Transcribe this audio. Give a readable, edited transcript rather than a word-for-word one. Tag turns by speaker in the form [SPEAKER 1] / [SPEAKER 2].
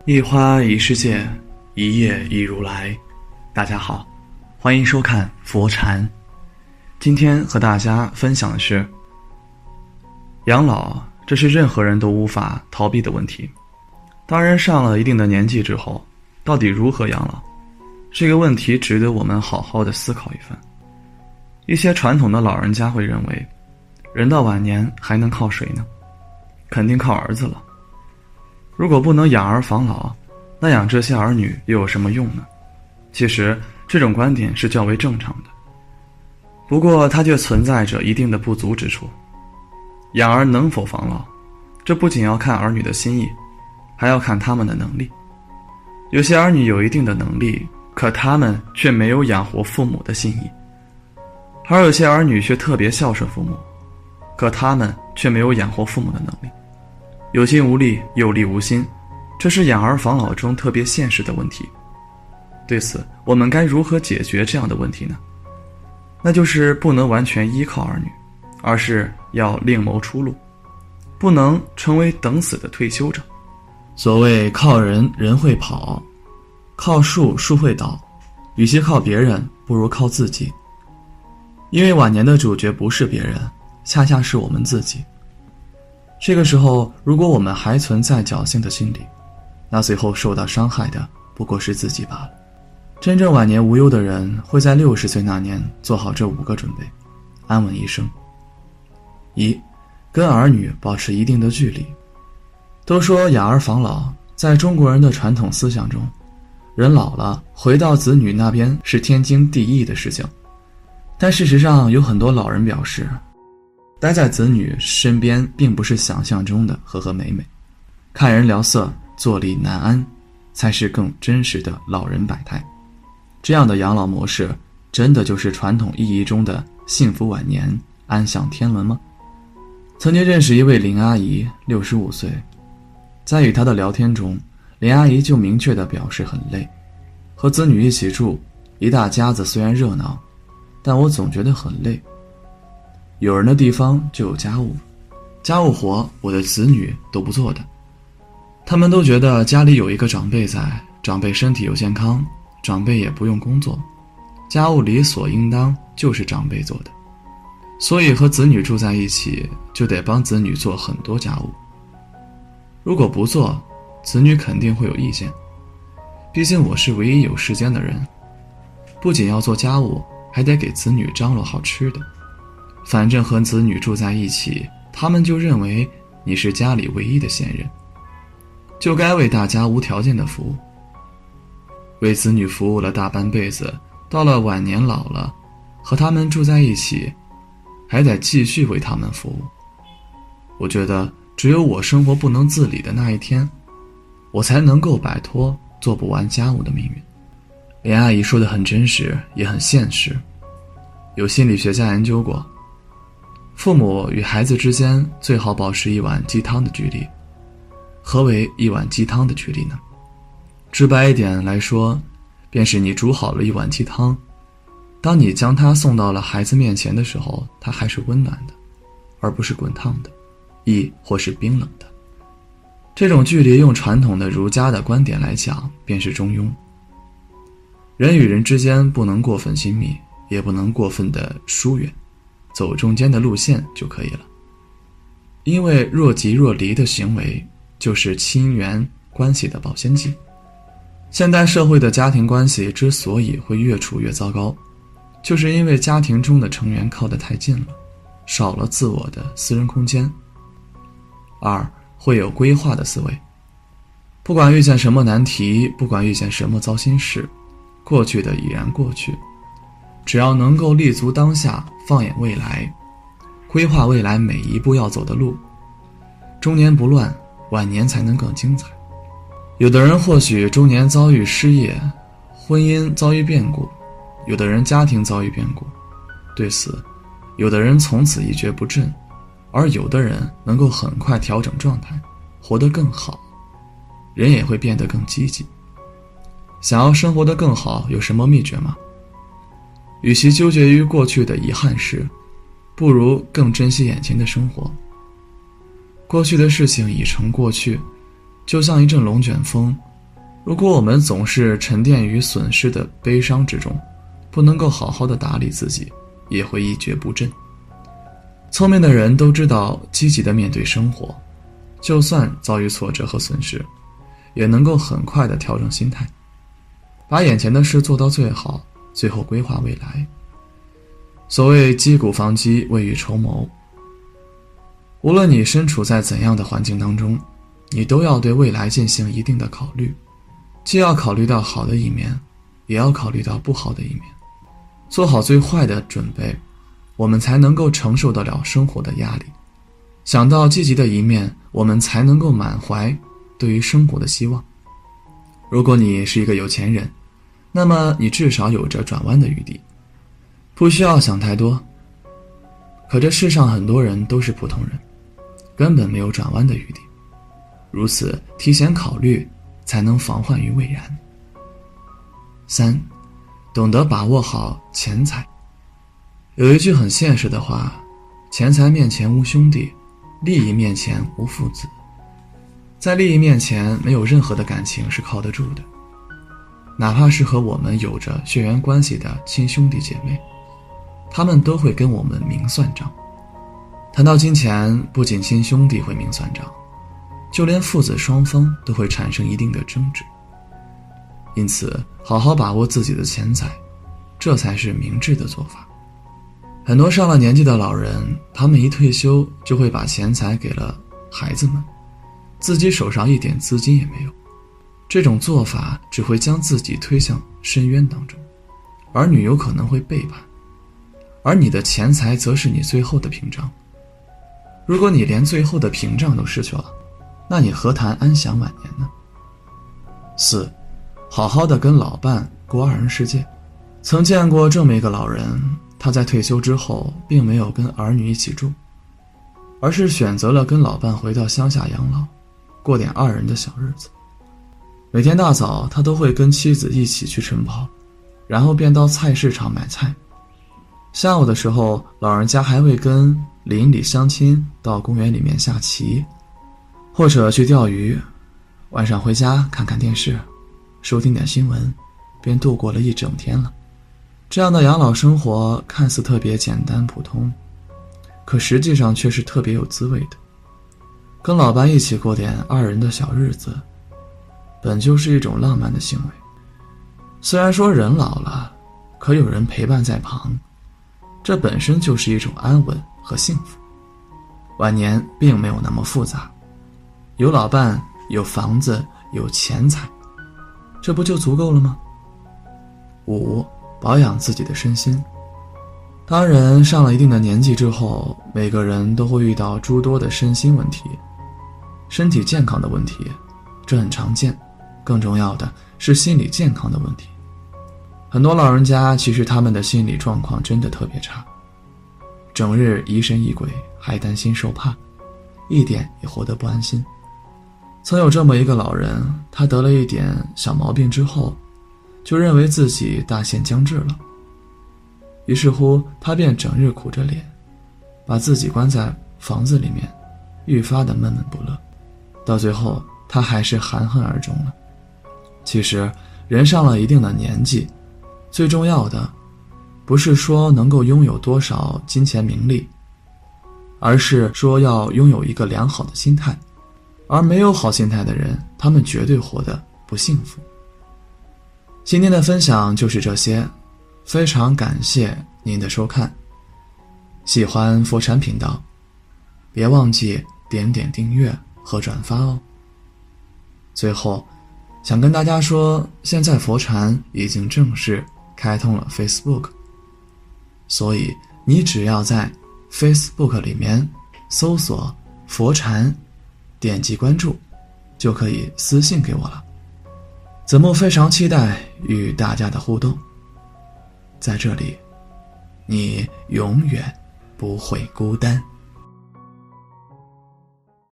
[SPEAKER 1] 一花一世界，一叶一如来。大家好，欢迎收看佛禅。今天和大家分享的是，养老，这是任何人都无法逃避的问题。当人上了一定的年纪之后，到底如何养老？这个问题值得我们好好的思考一番。一些传统的老人家会认为，人到晚年还能靠谁呢？肯定靠儿子了。如果不能养儿防老，那养这些儿女又有什么用呢？其实这种观点是较为正常的，不过它却存在着一定的不足之处。养儿能否防老，这不仅要看儿女的心意，还要看他们的能力。有些儿女有一定的能力，可他们却没有养活父母的心意，而有些儿女却特别孝顺父母，可他们却没有养活父母的能力。有心无力，有力无心，这是养儿防老中特别现实的问题。对此，我们该如何解决这样的问题呢？那就是不能完全依靠儿女，而是要另谋出路，不能成为等死的退休者。所谓靠人，人会跑；靠树，树会倒。与其靠别人，不如靠自己。因为晚年的主角不是别人，恰恰是我们自己。这个时候，如果我们还存在侥幸的心理，那最后受到伤害的不过是自己罢了。真正晚年无忧的人，会在60岁那年做好这5个准备，安稳一生。1. 跟儿女保持一定的距离。都说养儿防老，在中国人的传统思想中，人老了回到子女那边是天经地义的事情。但事实上，有很多老人表示，待在子女身边并不是想象中的和和美美，看人聊色，坐立难安，才是更真实的老人百态。这样的养老模式，真的就是传统意义中的幸福晚年，安享天伦吗？曾经认识一位林阿姨，65岁，在与她的聊天中，林阿姨就明确地表示很累，和子女一起住，一大家子虽然热闹，但我总觉得很累。有人的地方就有家务，家务活我的子女都不做的。他们都觉得家里有一个长辈在，长辈身体又健康，长辈也不用工作，家务理所应当就是长辈做的。所以和子女住在一起，就得帮子女做很多家务。如果不做，子女肯定会有意见。毕竟我是唯一有时间的人，不仅要做家务，还得给子女张罗好吃的。反正和子女住在一起，他们就认为你是家里唯一的闲人，就该为大家无条件的服务。为子女服务了大半辈子，到了晚年老了，和他们住在一起，还得继续为他们服务。我觉得只有我生活不能自理的那一天，我才能够摆脱做不完家务的命运。连阿姨说的很真实，也很现实。有心理学家研究过，父母与孩子之间最好保持一碗鸡汤的距离。何为一碗鸡汤的距离呢？直白一点来说，便是你煮好了一碗鸡汤，当你将它送到了孩子面前的时候，它还是温暖的，而不是滚烫的，亦或是冰冷的。这种距离用传统的儒家的观点来讲，便是中庸。人与人之间不能过分亲密，也不能过分的疏远，走中间的路线就可以了。因为若即若离的行为就是亲缘关系的保鲜剂。现代社会的家庭关系之所以会越处越糟糕，就是因为家庭中的成员靠得太近了，少了自我的私人空间。2. 会有规划的思维，不管遇见什么难题，不管遇见什么糟心事，过去的已然过去，只要能够立足当下，放眼未来，规划未来每一步要走的路，中年不乱，晚年才能更精彩。有的人或许中年遭遇失业，婚姻遭遇变故，有的人家庭遭遇变故，对此，有的人从此一蹶不振，而有的人能够很快调整状态，活得更好，人也会变得更积极。想要生活得更好，有什么秘诀吗？与其纠结于过去的遗憾事，不如更珍惜眼前的生活。过去的事情已成过去，就像一阵龙卷风， 如果我们总是沉淀于损失的悲伤之中，不能够好好的打理自己，也会一蹶不振。聪明的人都知道积极的面对生活，就算遭遇挫折和损失，也能够很快的调整心态，把眼前的事做到最好，最后规划未来。所谓击鼓防饥，未雨绸缪。无论你身处在怎样的环境当中，你都要对未来进行一定的考虑，既要考虑到好的一面，也要考虑到不好的一面，做好最坏的准备，我们才能够承受得了生活的压力。想到积极的一面，我们才能够满怀对于生活的希望。如果你是一个有钱人，那么你至少有着转弯的余地，不需要想太多。可这世上很多人都是普通人，根本没有转弯的余地。如此提前考虑，才能防患于未然。3. 懂得把握好钱财。有一句很现实的话，钱财面前无兄弟，利益面前无父子。在利益面前，没有任何的感情是靠得住的，哪怕是和我们有着血缘关系的亲兄弟姐妹，他们都会跟我们明算账。谈到金钱，不仅亲兄弟会明算账，就连父子双方都会产生一定的争执。因此，好好把握自己的钱财，这才是明智的做法。很多上了年纪的老人，他们一退休就会把钱财给了孩子们，自己手上一点资金也没有。这种做法只会将自己推向深渊当中，儿女有可能会背叛，而你的钱财则是你最后的屏障。如果你连最后的屏障都失去了，那你何谈安享晚年呢？4. 好好的跟老伴过二人世界。曾见过这么一个老人，他在退休之后并没有跟儿女一起住，而是选择了跟老伴回到乡下养老，过点二人的小日子。每天大早他都会跟妻子一起去晨跑，然后便到菜市场买菜。下午的时候，老人家还会跟邻里乡亲到公园里面下棋，或者去钓鱼。晚上回家看看电视，收听点新闻，便度过了一整天了。这样的养老生活看似特别简单普通，可实际上却是特别有滋味的。跟老伴一起过点二人的小日子，本就是一种浪漫的行为。虽然说人老了，可有人陪伴在旁，这本身就是一种安稳和幸福。晚年并没有那么复杂，有老伴，有房子，有钱财，这不就足够了吗？5. 保养自己的身心。当人上了一定的年纪之后，每个人都会遇到诸多的身心问题，身体健康的问题，这很常见，更重要的是心理健康的问题。很多老人家其实他们的心理状况真的特别差，整日疑神疑鬼，还担心受怕，一点也活得不安心。曾有这么一个老人，他得了一点小毛病之后，就认为自己大限将至了，于是乎他便整日苦着脸，把自己关在房子里面，愈发的闷闷不乐，到最后他还是含恨而终了。其实人上了一定的年纪，最重要的不是说能够拥有多少金钱名利，而是说要拥有一个良好的心态。而没有好心态的人，他们绝对活得不幸福。今天的分享就是这些，非常感谢您的收看。喜欢佛禅频道，别忘记点点订阅和转发哦。最后想跟大家说，现在佛禅已经正式开通了 Facebook， 所以你只要在 Facebook 里面搜索佛禅，点击关注，就可以私信给我了。子木非常期待与大家的互动，在这里，你永远不会孤单。